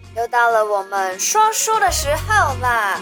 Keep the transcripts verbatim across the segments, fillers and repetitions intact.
又到了我们说书的时候啦！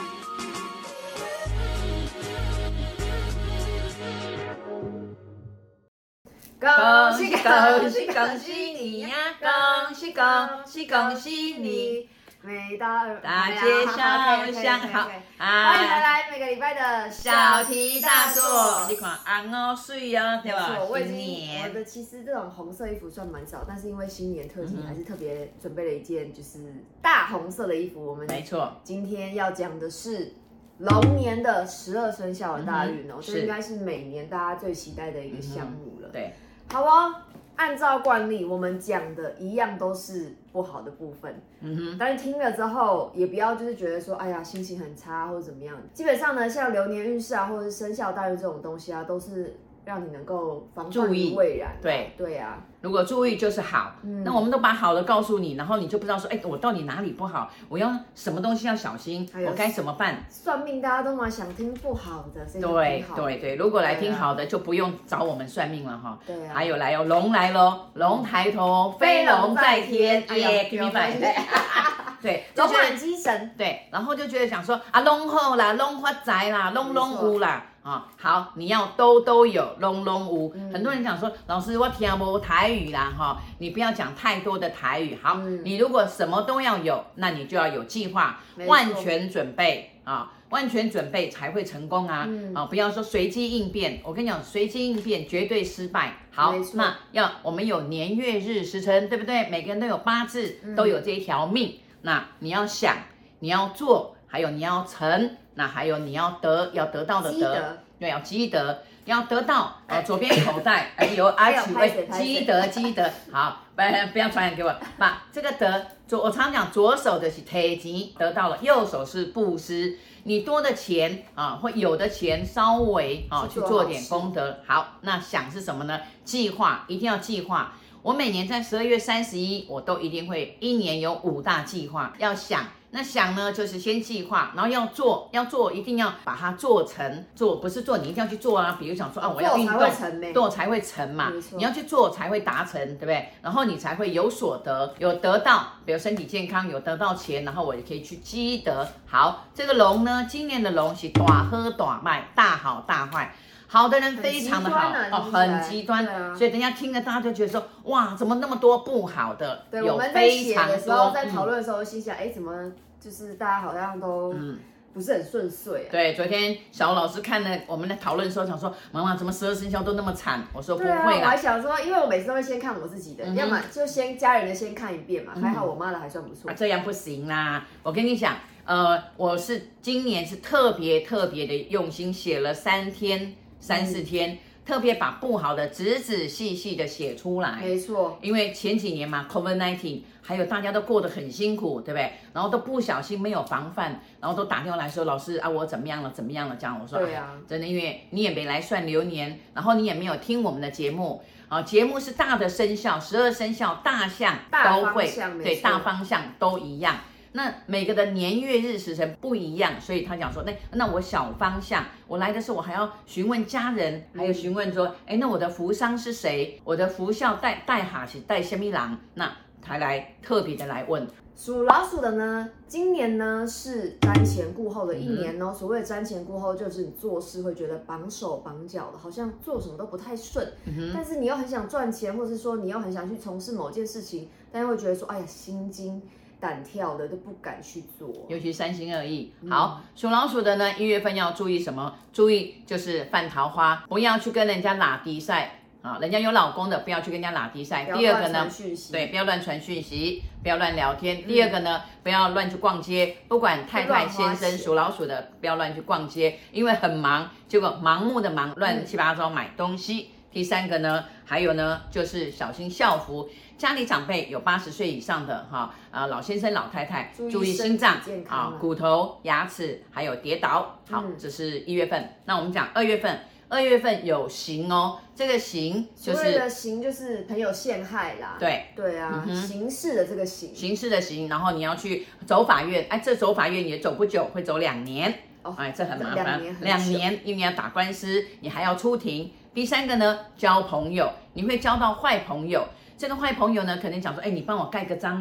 恭喜恭喜恭喜你呀！恭喜恭喜恭喜你！ 每到大街小巷好， 欢迎回来每个礼拜的小题大做。你看红哦水哦，对吧？ 我已新经我年的其实这种红色衣服算蛮少，但是因为新年特辑，还是特别准备了一件就是大红色的衣服。我们没错， 今天要讲的是龙年的十二生肖的大运哦， 嗯、 这应该是每年大家最期待的一个项目了。 嗯、对， 好哦。按照惯例，我们讲的一样都是不好的部分，嗯哼，但是听了之后也不要就是觉得说，哎呀，心情很差或者怎么样。基本上呢，像流年运势啊，或者是生肖大运这种东西啊，都是让你能够防范于未然。 对对啊， 如果注意就是好，嗯，那我们都把好的告诉你，然后你就不知道说，哎，我到底哪里不好，我要什么东西要小心，我该怎么办？ 算命大家都嘛想听不好的，所以对听好的对对，如果来听好的，就不用找我们算命了哈。 对啊， 还有来哦，龙来喽，龙抬头，飞龙在天，耶 ，give me five。对， 龙满鸡神。 对，然后就觉得想说啊，龙好啦，龙发财啦，龙龙有啦。啊、哦，好，你要都都有，龙龙无、嗯。很多人讲说，老师我听不台语啦，哈、哦，你不要讲太多的台语。好，嗯、你如果什么都要有，那你就要有计划，万全准备啊、哦，万全准备才会成功啊。嗯、啊、哦，不要说随机应变，我跟你讲，随机应变绝对失败。好，那要我们有年月日时辰，对不对？每个人都有八字，嗯、都有这一条命。那你要想，你要做，还有你要成。那还有你要得要得到的得，对，要积德，要得到。呃，左边口袋哎有啊，几位积德积德，好，不不要传染给我。把这个德左，我常讲左手的是提钱得到了，右手是布施。你多的钱啊，或有的钱稍微啊去做点功德。好，那想是什么呢？计划一定要计划。我每年在十二月三十一，我都一定会一年有五大计划要想。那想呢，就是先计划，然后要做，要做一定要把它做成。做不是做，你一定要去做啊。比如想说啊，我要运动，做才会成嘛。你要去做才会达成，对不对？然后你才会有所得，有得到，比如身体健康，有得到钱，然后我也可以去积德。好，这个龙呢，今年的龙是大喝大卖，大好大坏。好的人非常的好、啊、哦，很极端，啊、所以等一下听了大家就觉得说，哇，怎么那么多不好的？ 对，有非常多。我们在写的时候，在讨论的时候，心想，哎、嗯，怎么就是大家好像都不是很顺遂、啊嗯？对， 昨天小老师看了我们在讨论的时候，想说，妈妈怎么十二生肖都那么惨？我说不会啦、 啊，我还想说，因为我每次都会先看我自己的，嗯、要么就先家人的先看一遍嘛，嗯、还好我妈的还算不错、 啊。这样不行啦，我跟你讲，呃，我是今年是特别特别的用心写了三天。三四天、嗯，特别把不好的仔仔细细的写出来。 没错， 因为前几年嘛 ，COVID 十九， 还有大家都过得很辛苦，对不对？然后都不小心没有防范，然后都打电话来说，老师啊，我怎么样了，怎么样了？这样我说， 对啊， 真的，因为你也没来算流年，然后你也没有听我们的节目啊，节目是大的生肖，十二生肖大项都会，对，大方向都一样。那每个的年月日时辰不一样，所以他讲说，那那我小方向，我来的时候我还要询问家人，还有询问说，哎，那我的福商是谁？我的福孝带带哈是带什么郎？那才来特别的来问。 属老鼠的呢，今年呢是瞻前顾后的一年哦。嗯、所谓瞻前顾后，就是你做事会觉得绑手绑脚的，好像做什么都不太顺。嗯、但是你又很想赚钱，或是说你又很想去从事某件事情，但又会觉得说，哎呀，心惊胆跳的都不敢去做， 尤其三心二意。好，属老鼠的呢，一月份要注意什么？注意就是犯桃花，不要去跟人家拉低赛啊，人家有老公的不要去跟人家拉低赛。第二个呢，对，不要乱传讯息，不要乱聊天。嗯、第二个呢，不要乱去逛街，不管太太先生属老鼠的，不要乱去逛街，因为很忙，结果盲目的忙，乱七八糟买东西。嗯、第三个呢，还有呢，就是小心校服。家里长辈有八十岁以上的哈啊、呃、老先生老太太，注意心脏啊、骨头、牙齿还有跌倒。好，嗯、这是一月份。那我们讲二月份，二月份有刑哦，这个刑就是所谓的刑就是朋友陷害啦。 对对啊，嗯、刑事的这个刑， 刑事的刑，然后你要去走法院，哎，这走法院也走不久，会走两年。哦，哎，这很麻烦，两年，两年，因为你要打官司，你还要出庭。第三个呢，交朋友，你会交到坏朋友。这个坏朋友呢，可能讲说，哎，你帮我盖个章啦，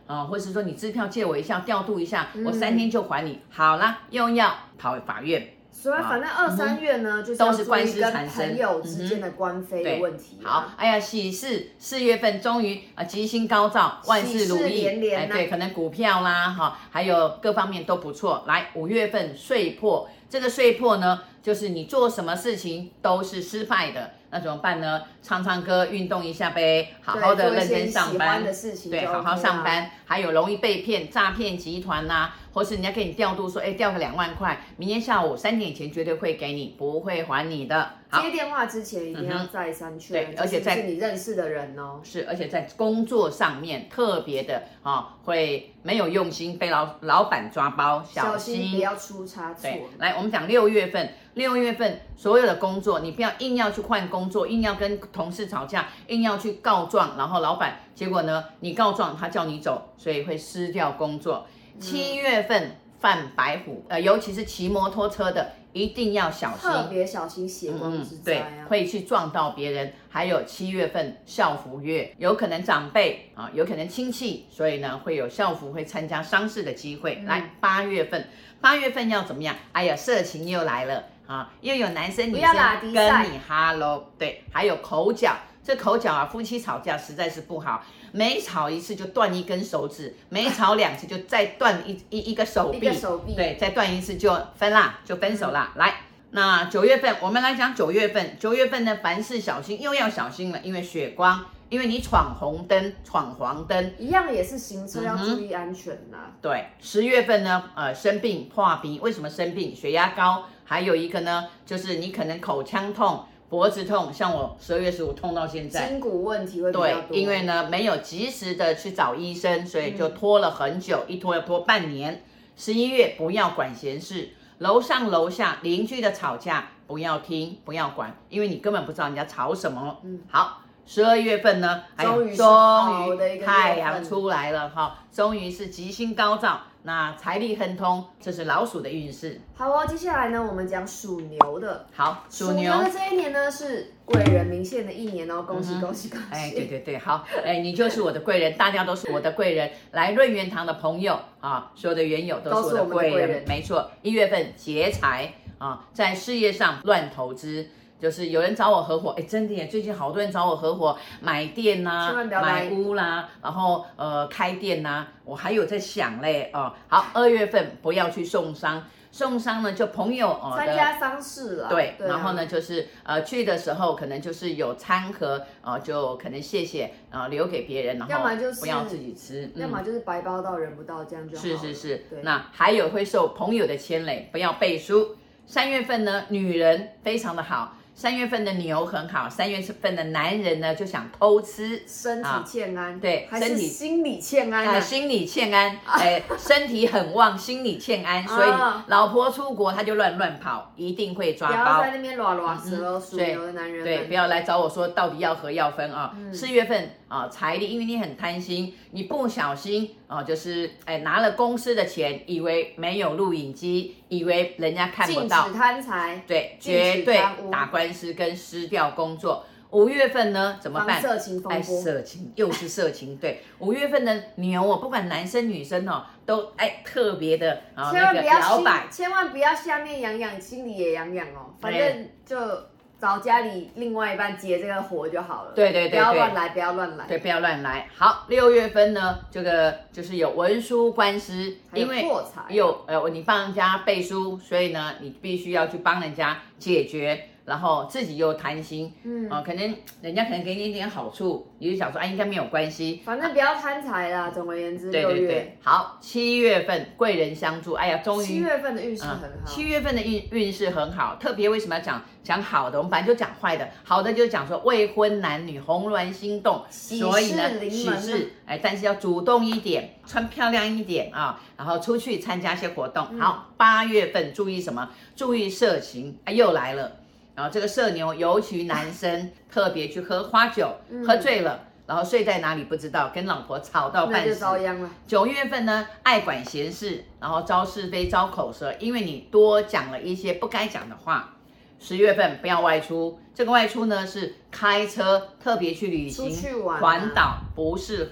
啊、或是说你支票借我一下，调度一下，我三天就还你。好啦，又要跑法院。 所以反正二三月呢，就是都是官司产生， 朋友之间的官非的问题、 嗯。好，哎呀，喜事四月份终于啊吉星高照，万事如意， 连连、啊、 哎对，可能股票啦哈，还有各方面都不错。来，五月份岁破，这个岁破呢，就是你做什么事情都是失败的，那怎么办呢？唱唱歌，运动一下呗，好好的认真上班，对，好好上班。还有容易被骗，诈骗集团呐、啊。或是人家给你调度说，哎，调个两万块，明天下午三点以前绝对会给你，不会还你的。 接电话之前一定要再三确认、嗯， 而且在是你认识的人哦。 是，而且在工作上面特别的啊、哦，会没有用心，被老老板抓包，小心, 小心不要出差错。 对，来，我们讲六月份，六月份所有的工作，你不要硬要去换工作，硬要跟同事吵架，硬要去告状，然后老板结果呢，你告状他叫你走，所以会失掉工作。七月份犯白虎，呃，尤其是骑摩托车的，一定要小心， 特别小心血光之灾啊、 嗯，对，会去撞到别人。还有七月份孝服月，有可能长辈啊，有可能亲戚，所以呢会有孝服会参加丧事的机会。嗯、来，八月份，八月份要怎么样？哎呀，色情又来了啊，又有男生女生跟你哈喽，对，还有口角。这口角啊，夫妻吵架实在是不好，每吵一次就断一根手指，每吵两次就再断一一一个手臂， 一个手臂， 对，再断一次就分啦，就分手啦。嗯、来，那九月份我们来讲九月份，九月份呢凡事小心，又要小心了，因为血光，因为你闯红灯、闯黄灯， 一样也是行车要注意安全啦、嗯。 对，十月份呢，呃，生病破鼻，为什么生病？血压高，还有一个呢，就是你可能口腔痛。脖子痛，像我十二月十五痛到现在， 筋骨问题会比较多。 对，因为呢没有及时的去找医生，所以就拖了很久，嗯、一拖要拖半年。十一月不要管闲事，楼上楼下邻居的吵架不要听，不要管，因为你根本不知道人家吵什么。嗯，好。十二月份呢，哎呀，终于太阳出来了哈，终于是吉星高照，那财力亨通，这是老鼠的运势。 好哦，接下来呢，我们讲属牛的。 好， 属牛的这一年呢是贵人明现的一年哦，恭喜、嗯、恭喜恭喜！ 哎，对对对，好，哎，你就是我的贵人，大家都是我的贵人。来润元堂的朋友啊，所有的缘友都是我的贵人，人没错。一月份劫财啊，在事业上乱投资。就是有人找我合伙，哎，真的耶！最近好多人找我合伙买店呐、啊，买屋啦，然后呃开店呐、啊，我还有在想嘞哦。好，二月份不要去送丧，送丧呢就朋友哦参加丧事了， 对， 对啊、 然后呢就是呃去的时候可能就是有餐盒哦、呃，就可能谢谢啊、呃、留给别人，然后不要自己吃， 要么、嗯、就是白包到人不到这样就好了。 是是是，那还有会受朋友的牵累，不要背书。三月份呢，女人非常的好。三月份的牛很好，三月份的男人呢就想偷吃， 身体欠安， 啊、对， 还是心理欠安、啊呃、心理欠安，哎、啊，身体很旺，心理欠安，所以老婆出国他就乱乱跑，一定会抓包。 不要在那边乱乱舌，属牛的男人， 对，不要来找我说到底要和要分啊。四、嗯、月份啊，财力，因为你很贪心，你不小心啊，就是哎拿了公司的钱，以为没有录影机，以为人家看不到， 禁止贪财， 对，绝对打官司跟失掉工作。五月份呢怎么办？ 色情风波， 哎，色情又是色情，对。五月份的牛哦，不管男生女生哦，都哎特别的啊、哦、那个摇摆， 千万不要下面痒痒，心里也痒痒哦，反正就。找家里另外一半接这个活就好了。 对对对， 不要乱来，不要乱来。 对，不要乱来。好，六月份呢，这个就是有文书官司，因为有呃你帮人家背书，所以呢你必须要去帮人家解决，然后自己又贪心，嗯啊、呃，可能人家可能给你一点好处，你就想说啊应该没有关系， 反正不要贪财啦。总而言之， 对对对。好，七月份贵人相助，哎呀，终于七月份的运势很好。 嗯、七月份的运运势很好，特别为什么要讲？讲好的，我们本来就讲坏的，好的就讲说未婚男女红鸾心动，所以呢喜事，哎，但是要主动一点，穿漂亮一点啊，然后出去参加一些活动。嗯、好，八月份注意什么？注意色情，哎，又来了。然后这个社牛，尤其男生特别去喝花酒，嗯、喝醉了。然后睡在哪里不知道，跟老婆吵到半死， 那就遭殃了。 九月份呢，爱管闲事，然后招是非、招口舌，因为你多讲了一些不该讲的话。十月份不要外出，这个外出呢是开车，特别去旅行、 出去玩、啊、 环岛不适合。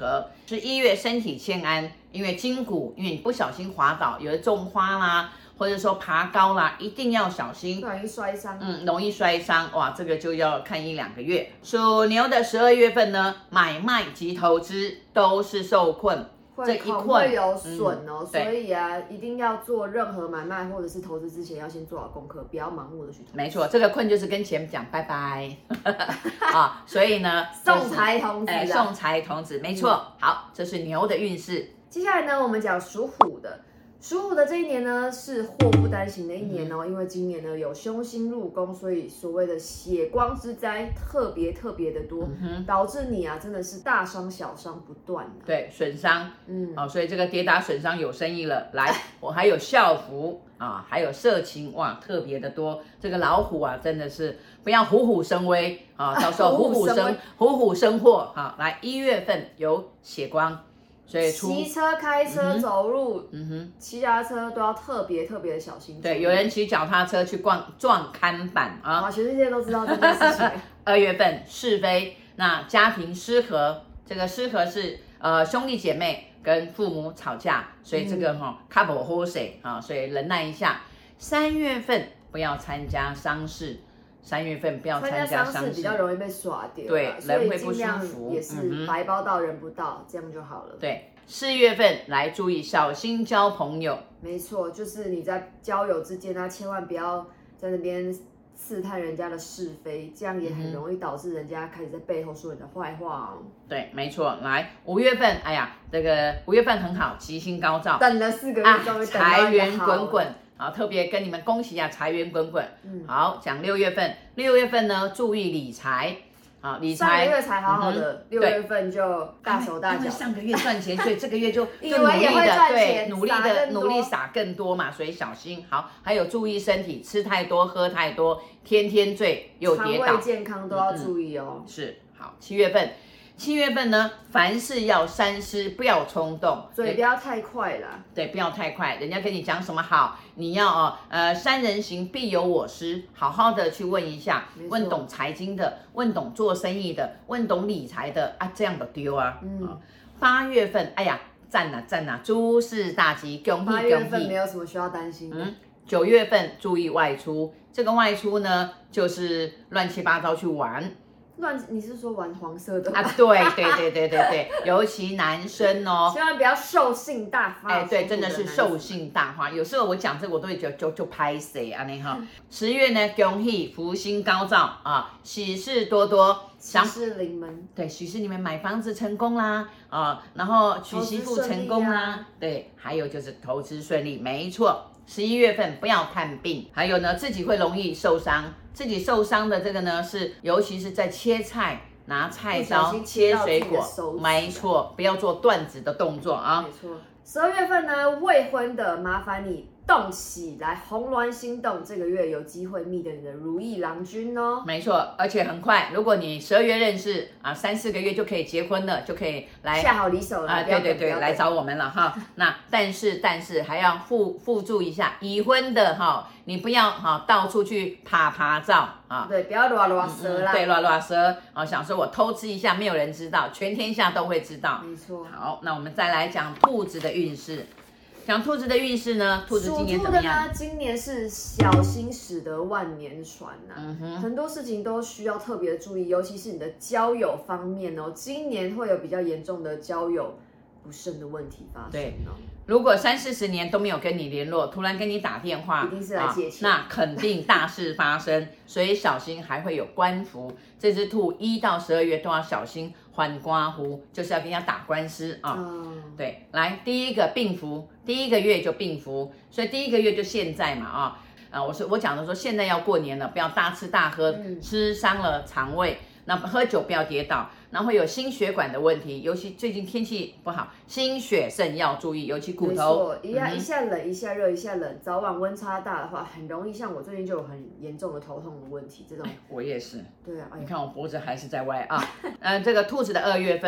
是一月身体欠安，因为筋骨，因为你不小心滑倒，有的种花啦，或者说爬高啦，一定要小心， 容易摔伤。 嗯，容易摔伤，哇，这个就要看一两个月。属牛的十二月份呢，买卖及投资都是受困。这一困会有损哦， 嗯、 所以啊，一定要做任何买卖或者是投资之前，要先做好功课，不要盲目的去投资。 没错，这个困就是跟钱讲拜拜啊，所以呢， 送财童子、啊， 送财童子，没错。嗯、好，这是牛的运势。 接下来呢，我们讲属虎的。属虎的这一年呢，是祸不单行的一年哦，嗯、因为今年呢有凶星入宫，所以所谓的血光之灾特别特别的多，嗯、导致你啊真的是大伤小伤不断、啊。 对，损伤，嗯，哦，所以这个跌打损伤有生意了。来，我还有校服啊，还有色情，哇，特别的多。这个老虎啊，真的是不要虎虎生威啊，到时候虎虎生虎虎生祸。好，来一月份有血光。所以骑车、开车、嗯、走路，嗯哼，骑脚踏车都要特别特别的小心。 对，有人骑脚踏车去逛撞看板啊， 哇，全世界都知道这件事情。 二月份是非，那家庭失和，这个失和是呃兄弟姐妹跟父母吵架，所以这个哈卡不喝水啊，所以忍耐一下。三月份不要参加丧事。三月份不要参加丧事， 比较容易被耍掉， 对，人会不舒服， 也是白包到人不到，嗯、这样就好了。 对，四月份来注意小心交朋友。 没错，就是你在交友之间啊，千万不要在那边刺探人家的是非，这样也很容易导致人家开始在背后说你的坏话哦。 对，没错。来，五月份，哎呀，这个五月份很好，吉星高照， 等了四个月终于等到财源滚滚。好，特别跟你们恭喜一下，财源滚滚。嗯，好，讲六月份，六月份呢，注意理财。好，理财。 上个月才好好的，六、嗯、月份就大手大脚。 因为上个月赚钱，所以这个月就就努力的对，努力的努力撒更多嘛，所以小心。好，还有注意身体，吃太多，喝太多，天天醉又跌倒， 肠胃健康都要注意哦。 嗯、是，好，七月份。七月份呢，凡事要三思，不要冲动， 嘴不要太快啦。 对，不要太快，人家跟你讲什么好，你要哦，呃，三人行必有我师，好好的去问一下，问懂财经的，问懂做生意的，问懂理财的啊，这样的丢啊。嗯，八月份，哎呀，赞呐赞呐，诸事大吉，恭喜恭喜。 八月份没有什么需要担心的。嗯， 九月份注意外出，这个外出呢，就是乱七八糟去玩。 乱，你是说玩黄色的啊？对对对对对对，尤其男生哦， 千万不要兽性大发。 哎，对，真的是兽性大发。有时候我讲这个，我都会觉得就就拍谁啊？那哈，十月呢，恭喜福星高照啊，喜事多多， 喜事临门。 对，喜事你们买房子成功啦啊，然后娶媳妇成功啦，啊、对，还有就是投资顺利，没错。十一月份不要看病，还有呢，自己会容易受伤。自己受伤的这个呢，是尤其是在切菜、拿菜刀切水果，没错，不要做断指的动作啊。 没错。十二月份呢，未婚的麻烦你动起来，红鸾心动，这个月有机会觅得你的如意郎君哦。 没错，而且很快，如果你十二月认识啊，三四个月就可以结婚了，就可以来下好离手了啊。对对对，来找我们了哈。那但是但是还要附附注一下，已婚的哈，你不要哈到处去爬爬照啊。 对，不要乱乱舌啦。 对，乱乱舌啊，想说我偷吃一下，没有人知道，全天下都会知道。 没错。 好，那我们再来讲兔子的运势。讲兔子的运势呢，兔子今年怎么样？ 属兔的呢，今年是小心驶得万年船呐、啊嗯哼，很多事情都需要特别注意，尤其是你的交友方面哦，今年会有比较严重的交友不慎的问题发生哦。 如果三四十年都没有跟你联络，突然跟你打电话， 一定是来借钱、 啊，那肯定大事发生，所以小心还会有官服。这只兔一到十二月都要小心还刮胡，就是要跟人家打官司啊。嗯、对，来第一个病符，第一个月就病符，所以第一个月就现在嘛啊。啊，我是我讲的说，现在要过年了，不要大吃大喝，嗯、吃伤了肠胃。那喝酒不要跌倒，然后会有心血管的问题，尤其最近天气不好，心血肾要注意，尤其骨头。 没错，一下、嗯、一下冷一下热一下冷，早晚温差大的话，很容易像我最近就有很严重的头痛的问题。这种、哎、 我也是。 对啊，哎、 你看我脖子还是在歪啊。嗯、呃，这个兔子的二月份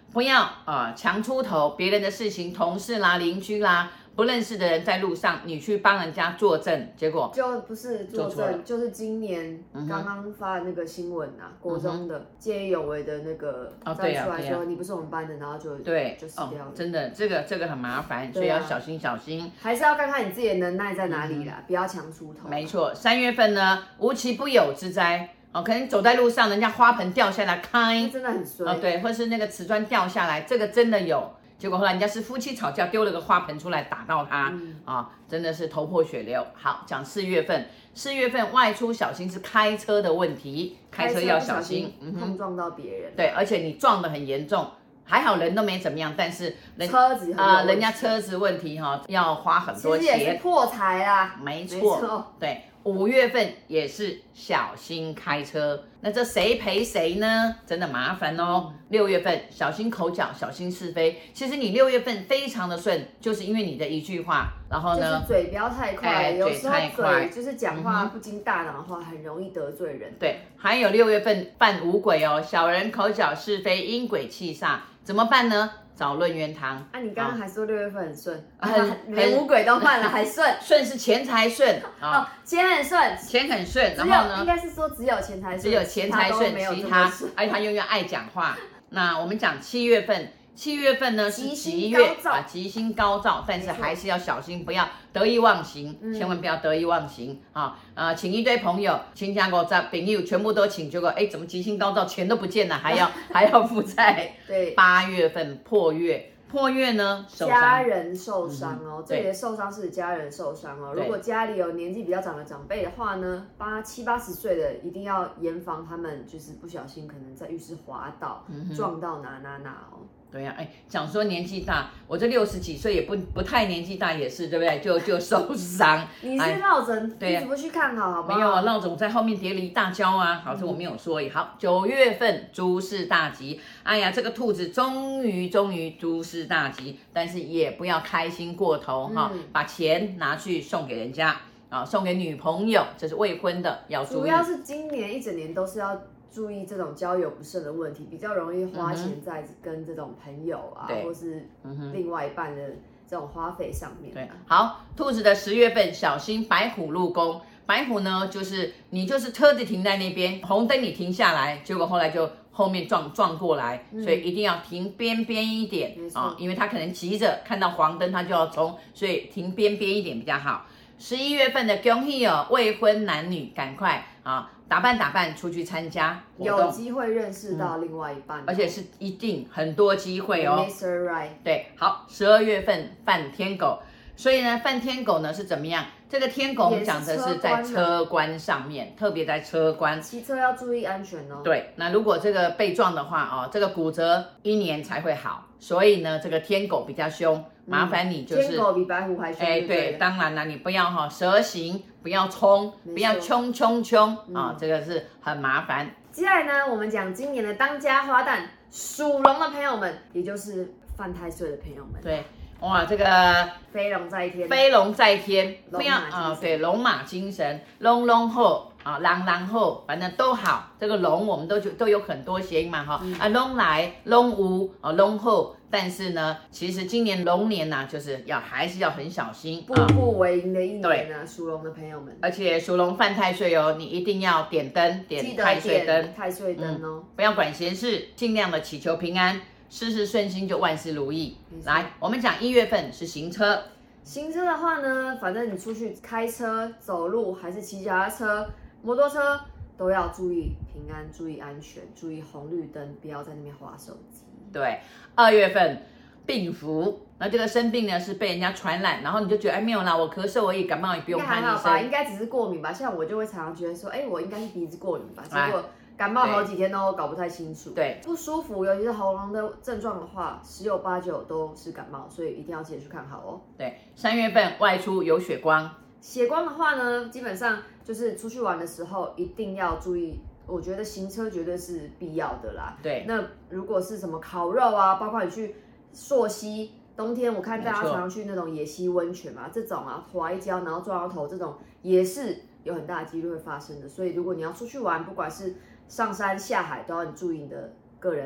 不要啊强出头，别人的事情，同事啦、邻居啦。不认识的人在路上，你去帮人家作证，结果就不是作证，就是今年刚刚发的那个新闻啊，嗯、国中的见义勇为的那个站出来说、哦啊啊、你不是我们班的，然后就对就死掉了、 哦。真的，这个这个很麻烦，所以要小心小心。 还是要看看你自己的能耐在哪里啦，嗯、不要强出头。 没错，三月份呢，无奇不有之灾。哦，可能走在路上，人家花盆掉下来，开， 真的很衰。 哦，对，或是那个瓷砖掉下来，这个真的有。结果后来人家是夫妻吵架，丢了个花盆出来打到他，嗯、啊，真的是头破血流。好，讲四月份，四月份外出小心是开车的问题，开车要小心， 嗯、碰撞到别人。 对，而且你撞得很严重，还好人都没怎么样，但是人车子啊、呃，人家车子问题哈、哦，要花很多钱， 其实也是破财啦。 没错，没错对。五月份也是小心开车，那这谁陪谁呢？真的麻烦哦。六、嗯、月份小心口角，小心是非。其实你六月份非常的顺，就是因为你的一句话，然后呢， 就是嘴不要太快， 哎、 有时候嘴太快就是讲话不经大脑的话，很容易得罪人。 对，还有六月份犯五鬼哦，小人口角是非，因鬼气煞，怎么办呢？找论元堂。 啊，你刚刚还说六月份很顺，啊、连五鬼都犯了还顺， 顺是钱财顺哦，钱很顺， 钱很顺，然后呢， 应该是说只有钱财顺， 只有钱财顺，其他，而且他又要爱讲话。那我们讲七月份。七月份呢是吉月啊，吉星高照，但是还是要小心，不要得意忘形，嗯、千万不要得意忘形啊！呃，请一堆朋友，亲家国在朋友全部都请，结果哎，怎么吉星高照，钱都不见了，还要还要负债。 对， 八月份破月。破月呢， 家人受伤哦，嗯、这里的受伤是家人受伤哦。如果家里有年纪比较长的长辈的话呢，八七八十岁的一定要严防他们就是不小心可能在浴室滑倒，嗯、撞到哪哪哪哦。 对呀、啊，哎，讲说年纪大，我这六十几岁也不不太年纪大，也是对不对？就就受伤。 你是落枕，你怎么去看好？好不好？ 没有啊，落枕在后面跌了一大跤啊。好，这我没有说。嗯、好，九月份诸事大吉。哎呀，这个兔子终于终于诸事大吉，但是也不要开心过头哈、嗯哦，把钱拿去送给人家啊、哦，送给女朋友，这是未婚的要注意。 主要是今年一整年都是要注意这种交友不慎的问题，比较容易花钱在跟这种朋友啊，嗯、或是另外一半的这种花费上面、啊。 对，好，兔子的十月份小心白虎入宫。白虎呢，就是你就是车子停在那边，红灯你停下来，结果后来就后面撞撞过来，嗯、所以一定要停边边一点啊、哦，因为他可能急着看到黄灯他就要冲，所以停边边一点比较好。十一月份的恭喜哦，未婚男女赶快啊！打扮打扮，出去参加活动， 有机会认识到另外一半、嗯， 而且是一定很多机会哦。 Mister Right， 对，好，十二月份犯天狗，所以呢，犯天狗呢是怎么样？这个天狗我们讲的是在车关上面，特别在车关， 骑车要注意安全哦。 对，那如果这个被撞的话哦，这个骨折一年才会好，所以呢，这个天狗比较凶，麻烦你就是、 嗯、天狗比白虎还凶。 哎，对，当然了，你不要哈、哦、蛇行，不要冲，不要冲冲冲啊、哦，这个是很麻烦。 接下来呢，我们讲今年的当家花旦属龙的朋友们，也就是犯太岁的朋友们。 对。哇，这个飞龙在天， 飞龙在天，不要啊，对，龙马精神，龙龙后啊，狼狼后，反正都好。这个龙我们都就都有很多谐音嘛，哈、嗯、啊，龙来龙无啊，龙后。但是呢，其实今年龙年呢、啊，就是要还是要很小心， 步步为营的一年呢，属龙的朋友们。 而且属龙犯太岁哦，你一定要点灯，点太岁灯， 太岁灯哦、嗯， 不要管闲事，尽量的祈求平安。事事顺心就万事如意。来，我们讲一月份是行车。 行车的话呢，反正你出去开车、走路还是骑脚踏车、摩托车，都要注意平安、注意安全、注意红绿灯，不要在那边滑手机。 对，二月份病符，那这个生病呢是被人家传染，然后你就觉得哎没有啦，我咳嗽而已，感冒也不用看医生， 应该只是过敏吧？像我就会常常觉得说，哎，我应该是鼻子过敏吧？结果感冒好几天都搞不太清楚， 对， 不舒服，尤其是喉咙的症状的话，十有八九都是感冒，所以一定要记得去看好哦。 对，三月份外出有血光， 血光的话呢，基本上就是出去玩的时候一定要注意，我觉得行车绝对是必要的啦。 对， 那如果是什么烤肉啊，包括你去溯溪，冬天我看大家常常去那种野溪温泉嘛，这种啊滑一跤然后撞到头，这种也是有很大的几率会发生的。所以如果你要出去玩，不管是上山下海，都要你注意你的个人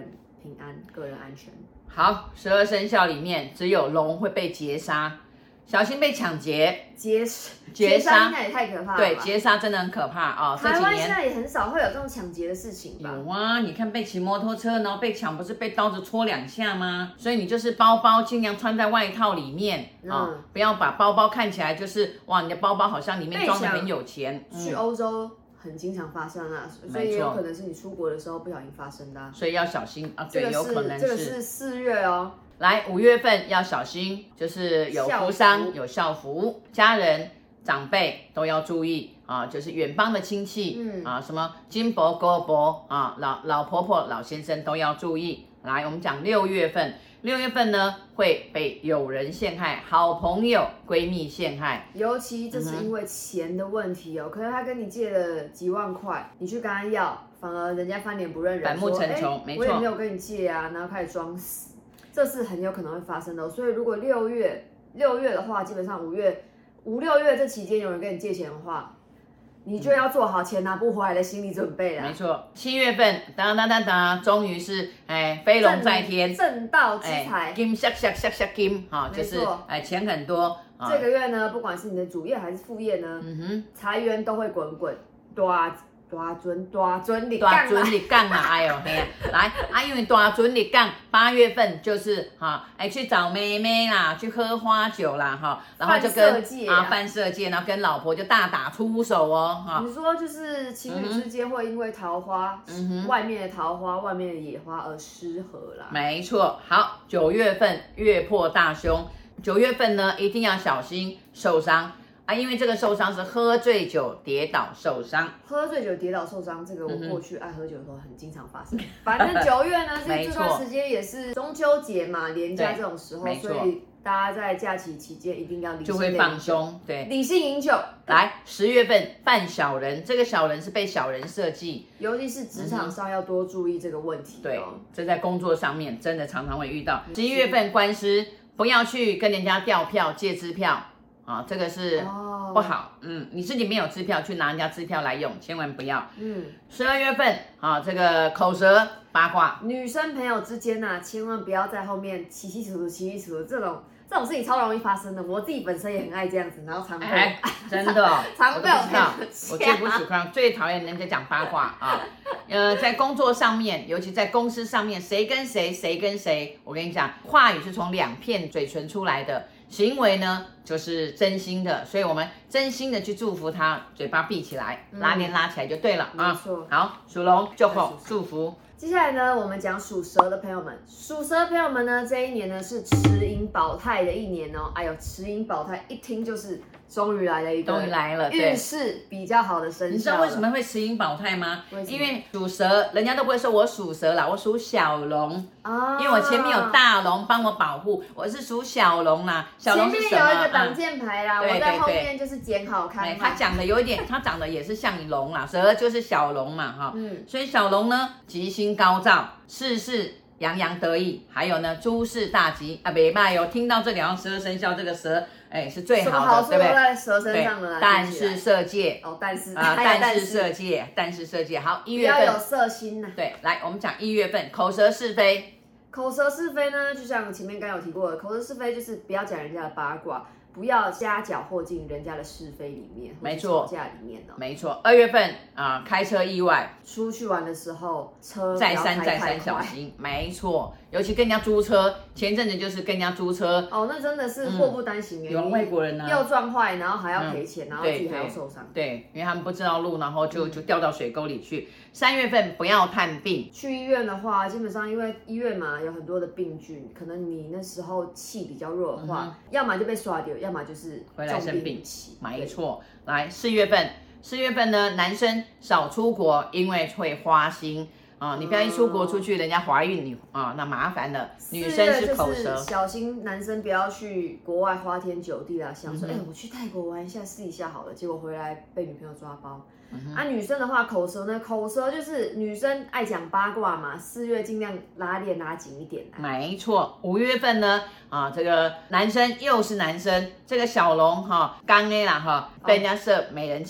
平安、个人安全。 好，十二生肖里面只有龙会被劫杀，小心被抢劫。 劫劫杀那也太可怕了吧。 对，劫杀真的很可怕啊、哦！这台湾几年现在也很少会有这种抢劫的事情吧？ 有啊，你看被骑摩托车，然后被抢，不是被刀子戳两下吗？所以你就是包包尽量穿在外套里面啊、 嗯不要把包包看起来就是哇，你的包包好像里面装的很有钱。 去欧洲很经常发生啊，所以也有可能是你出国的时候不小心发生的、啊， 所以要小心啊。对， 这个有可能是这个是四月哦。 来，五月份要小心，就是有福伤，有校服，家人长辈都要注意啊，就是远方的亲戚，嗯啊，什么金伯、哥伯啊，老老婆婆、老先生都要注意。来，我们讲六月份，六月份呢会被友人陷害，好朋友、闺蜜陷害， 尤其这是因为钱的问题哦，可能他跟你借了几万块，你去跟他要，反而人家翻脸不认人， 反目成仇，没错， 我也没有跟你借啊，然后开始装死，这是很有可能会发生的、哦。所以如果六月六月的话，基本上五月五六月这期间有人跟你借钱的话，你就要做好钱拿不回来的心理准备啦。 没错，七月份当当当当，终于是哎飞龙在天， 正道之财， 哎、金下下下下金哈、哦，就是哎钱很多。 哦、这个月呢，不管是你的主业还是副业呢，嗯哼，财源都会滚滚，大大尊大尊你大尊你杠啊，哎呦嘿呀，来啊，因为大尊你杠，八月份就是哈，哎去找妹妹啦，去喝花酒啦哈，然后就跟啊犯色戒，然后跟老婆就大打出手哦哈。 你说就是情侣之间会因为桃花，嗯哼，外面的桃花，外面的野花而失和啦。 没错，好，九月份月破大凶，九月份呢一定要小心受伤。啊，因为这个受伤是喝醉酒跌倒受伤， 喝醉酒跌倒受伤，这个我过去爱喝酒的时候很经常发生。反正九月呢，这这段时间也是中秋节嘛，连假这种时候，所以大家在假期期间一定要理性就会放松，对， 理性饮酒。 来，十月份犯小人，这个小人是被小人设计， 尤其是职场上要多注意这个问题、哦。 对，这在工作上面真的常常会遇到。十一月份官司，不要去跟人家调票借支票。啊，这个是不好， oh. 嗯，你自己没有支票去拿人家支票来用，千万不要。嗯，十二月份啊，这个口舌八卦， 女生朋友之间呐、啊，千万不要在后面稀稀楚楚、稀稀楚楚这种这种事情超容易发生的。我自己本身也很爱这样子，然后常被、 哎、真的、哦、 常被我朋友我最不喜欢、最讨厌人家讲八卦啊。呃，在工作上面，尤其在公司上面，谁跟谁，谁跟谁，我跟你讲，话语是从两片嘴唇出来的。行为呢，就是真心的，所以我们真心的去祝福他，嘴巴闭起来，拉链拉起来就对了、嗯、啊。 没错。 好，属龙就好，祝福。 接下来呢，我们讲属蛇的朋友们，属蛇的朋友们呢，这一年呢是持盈保泰的一年哦。哎呦，持盈保泰一听就是终于来了一个， 终于来了， 运势比较好的生肖。 你知道为什么会持盈保泰吗？因为属蛇，人家都不会说我属蛇啦，我属小龙啊，因为我前面有大龙帮我保护，我是属小龙啦。小龙是什么？ 前面有一个挡箭牌啦， 啊、 我在后面就是捡好看。 他讲的有一点，他长得也是像龙啦，蛇就是小龙嘛，哈，嗯，所以小龙呢吉星高照，事事洋洋得意，还有呢诸事大吉啊，没办有听到这两十二生肖这个蛇。哎，是最好的，对不对？ 在蛇身上了， 但是色戒哦，但是啊，但是色戒，但是色戒。好，一月份不要有色心呐、啊。 对，来，我们讲一月份口舌是非。 口舌是非呢，就像前面刚有提过的，口舌是非就是不要讲人家的八卦，不要加搅和进人家的是非里面， 没错， 吵架里面哦。 没错，二月份啊、呃，开车意外， 出去玩的时候车再三再三小心，没错。尤其跟人家租车，前阵子就是跟人家租车， 哦，那真的是祸不单行、嗯、 有外国人呢、 啊，又撞坏，然后还要赔钱、嗯，然后自己还要受伤。 对，因为他们不知道路，然后就就掉到水沟里去。三月份不要探病， 去医院的话，基本上因为医院嘛有很多的病菌，可能你那时候气比较弱的话，嗯、要么就被刷掉，要么就是回来生病期。 没错，来四月份，四月份呢，男生少出国，因为会花心。啊、哦，你不要一出国出去，嗯、人家怀孕你啊、哦，那麻烦了。女生是口舌， 小心男生不要去国外花天酒地啦，想说，哎、嗯欸，我去泰国玩一下试一下好了，结果回来被女朋友抓包。嗯、啊，女生的话，口舌呢，口舌就是女生爱讲八卦嘛，四月尽量拉链拉紧一点。 没错，五月份呢，啊，这个男生又是男生，这个小龙哈，刚 A 啦哈，被人家设美人计。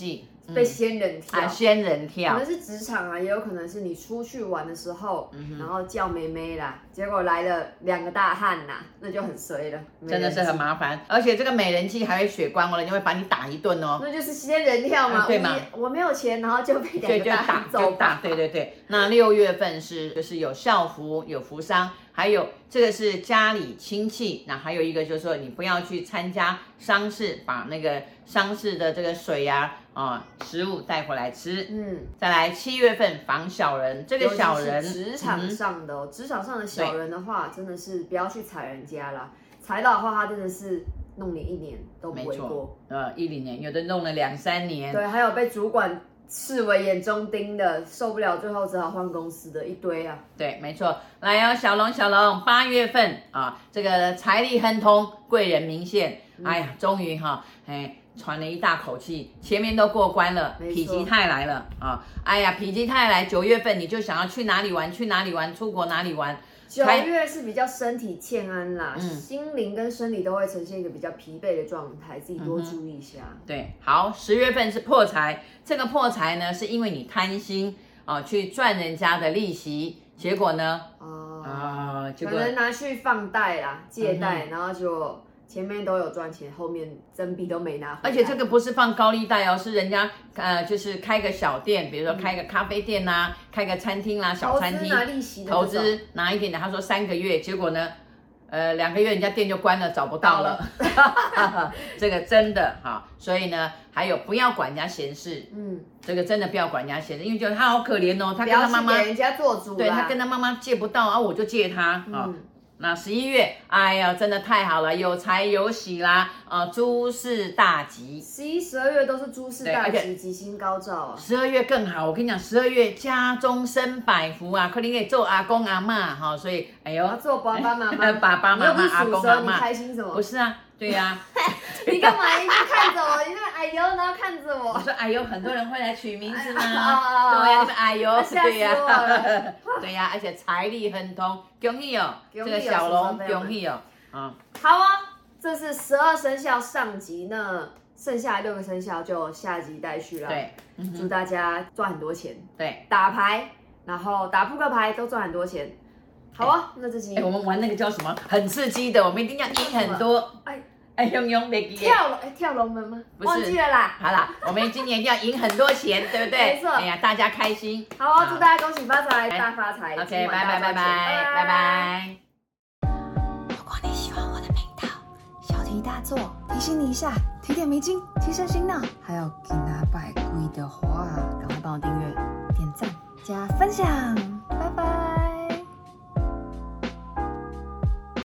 被仙人跳， 啊，仙人跳， 可能是职场啊，也有可能是你出去玩的时候，嗯、然后叫妹妹啦，结果来了两个大汉呐，那就很衰了， 真的是很麻烦。而且这个美人计还会血光哦，人家会把你打一顿哦。 那就是仙人跳嘛， 啊、对吗？ 我没有钱，然后就被两个大汉揍打，对对对。那六月份是就是有孝服，有服丧。还有这个是家里亲戚，那还有一个就是说你不要去参加丧事，把那个丧事的这个水呀、啊、啊、食物带回来吃。嗯，再来七月份防小人，这个小人职场上的、哦，职、嗯、场上的小人的话，真的是不要去踩人家啦，踩到的话，他真的是弄你一年都不为过。 呃，一零年有的弄了两三年。 对，还有被主管视为眼中钉的，受不了，最后只好换公司的一堆啊。 对，没错。来哦，小龙，小龙，八月份啊，这个财力亨通，贵人明现。嗯、哎呀，终于哈，哎，喘了一大口气，前面都过关了，否极泰来了啊！哎呀，否极泰来，九月份你就想要去哪里玩，去哪里玩，出国哪里玩。 九月是比较身体欠安啦，嗯、心灵跟生理都会呈现一个比较疲惫的状态，自己多注意一下。嗯、 对，好，十月份是破财，这个破财呢是因为你贪心啊、呃，去赚人家的利息，结果呢， 哦、呃，可能拿去放贷啦，借贷，嗯、然后就前面都有赚钱，后面真币都没拿回来。 而且这个不是放高利贷哦，是人家呃就是开个小店，比如说开个咖啡店啦、啊，开个餐厅啦、啊，小餐厅， 投资拿利息的， 投资拿一点点。他说三个月，结果呢，呃两个月人家店就关了，找不到了。这个真的哈，所以呢，还有不要管人家闲事，嗯，这个真的不要管人家闲事，因为觉得他好可怜哦，他跟他妈妈给人家做主， 对他跟他妈妈借不到啊，我就借他啊。嗯，那十一月，哎呀，真的太好了，有财有喜啦，啊，诸事大吉。 十一、十二月都是诸事大吉，吉星高照啊。 十二月更好，我跟你讲，十二月家中生百福啊，可能可以做阿公阿嬷哈，所以哎呦， 做爸爸妈妈， 爸爸妈妈、阿公阿嬷， 你开心什么？ 不是啊。对呀、啊， 你干嘛一直看着我？你那个哎呦，然后看着我。 我说哎呦，很多人会来取名字吗？对呀、啊，那哎呦，对呀、啊，对呀、啊，而且财力亨通，恭喜哦，这个小龙，恭喜哦，嗯， 好啊，这是十二生肖上集，那剩下六个生肖就下集待续了。 对， 嗯、祝大家赚很多钱。 对， 打牌，然后打扑克牌都赚很多钱。好啊，那这集、 欸、我们玩那个叫什么？很刺激的，我们一定要赢很多。哎。哎，用用没记跳龙，哎，跳龙门吗？ 不是， 忘记了啦。 好啦，我们今年一定要赢很多钱，对不对？ 没错。 哎呀，大家开心。 好啊，祝大家恭喜发财，大发财。 OK， 拜拜拜拜拜拜。 如果你喜欢我的频道，小题大做，提醒你一下，提点迷津，提升心脑。还有给拿百贵的话，赶快帮我订阅、点赞、加分享，拜拜。